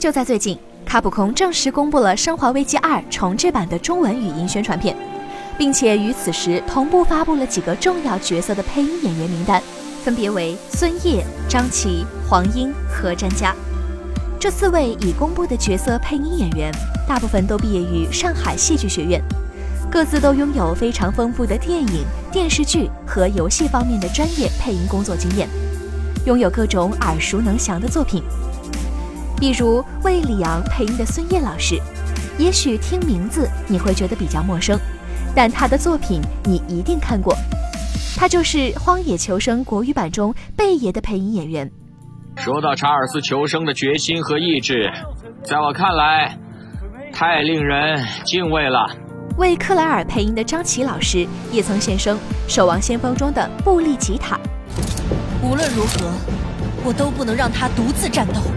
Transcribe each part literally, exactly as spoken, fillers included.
就在最近，卡普空正式公布了《生化危机二》重制版的中文语音宣传片，并且与此时同步发布了几个重要角色的配音演员名单，分别为孙烨、张琪、黄英和詹佳。这四位已公布的角色配音演员，大部分都毕业于上海戏剧学院，各自都拥有非常丰富的电影、电视剧和游戏方面的专业配音工作经验，拥有各种耳熟能详的作品。比如为李昂配音的孙烨老师，也许听名字你会觉得比较陌生，但他的作品你一定看过，他就是《荒野求生》国语版中贝爷的配音演员。 说到查尔斯求生的决心和意志，在我看来太令人敬畏了。 为克莱尔配音的张琪老师也曾现身《守望先锋》中的布利吉塔。 无论如何，我都不能让他独自战斗。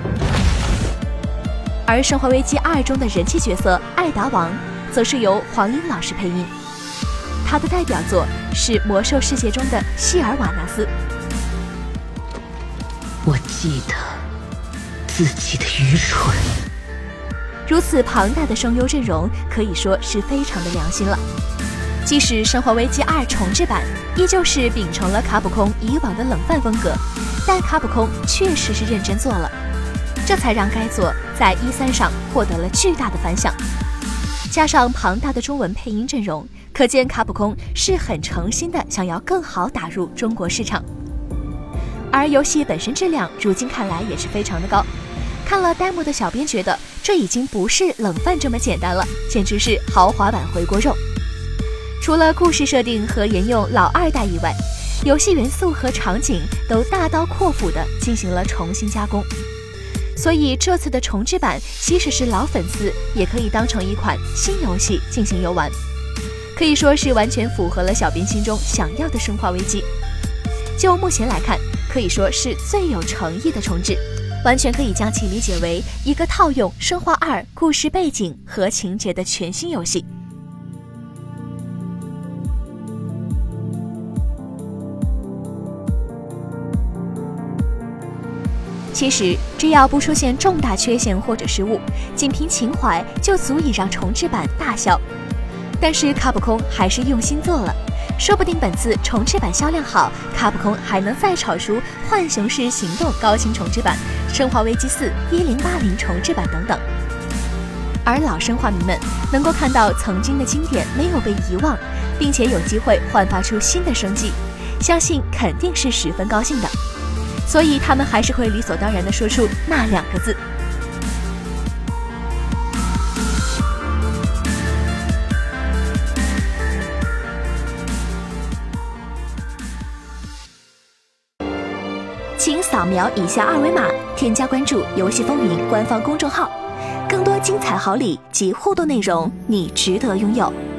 而《生化危机二》中的人气角色艾达王，则是由黄英老师配音。他的代表作是《魔兽世界》中的希尔瓦纳斯。 我记得自己的愚蠢。 如此庞大的声优阵容，可以说是非常的良心了。即使《生化危机二》重制版依旧是秉承了卡普空以往的冷饭风格，但卡普空确实是认真做了，这才让该作在一三上获得了巨大的反响。加上庞大的中文配音阵容，可见卡普空是很诚心的想要更好打入中国市场。而游戏本身质量如今看来也是非常的高，看了弹幕的小编觉得这已经不是冷饭这么简单了，简直是豪华版回锅肉。除了故事设定和沿用老二代以外，游戏元素和场景都大刀阔斧地进行了重新加工，所以这次的重制版即使是老粉丝也可以当成一款新游戏进行游玩，可以说是完全符合了小编心中想要的生化危机。就目前来看，可以说是最有诚意的重置，完全可以将其理解为一个套用生化二故事背景和情节的全新游戏。其实只要不出现重大缺陷或者失误，仅凭情怀就足以让重制版大销。但是卡普空还是用心做了，说不定本次重制版销量好，卡普空还能再炒出浣熊市行动高清重制版、生化危机四一零八零重制版等等。而老生化迷们能够看到曾经的经典没有被遗忘，并且有机会焕发出新的生机，相信肯定是十分高兴的，所以他们还是会理所当然地说出那两个字。请扫描以下二维码，添加关注游戏风云官方公众号，更多精彩好礼及互动内容，你值得拥有。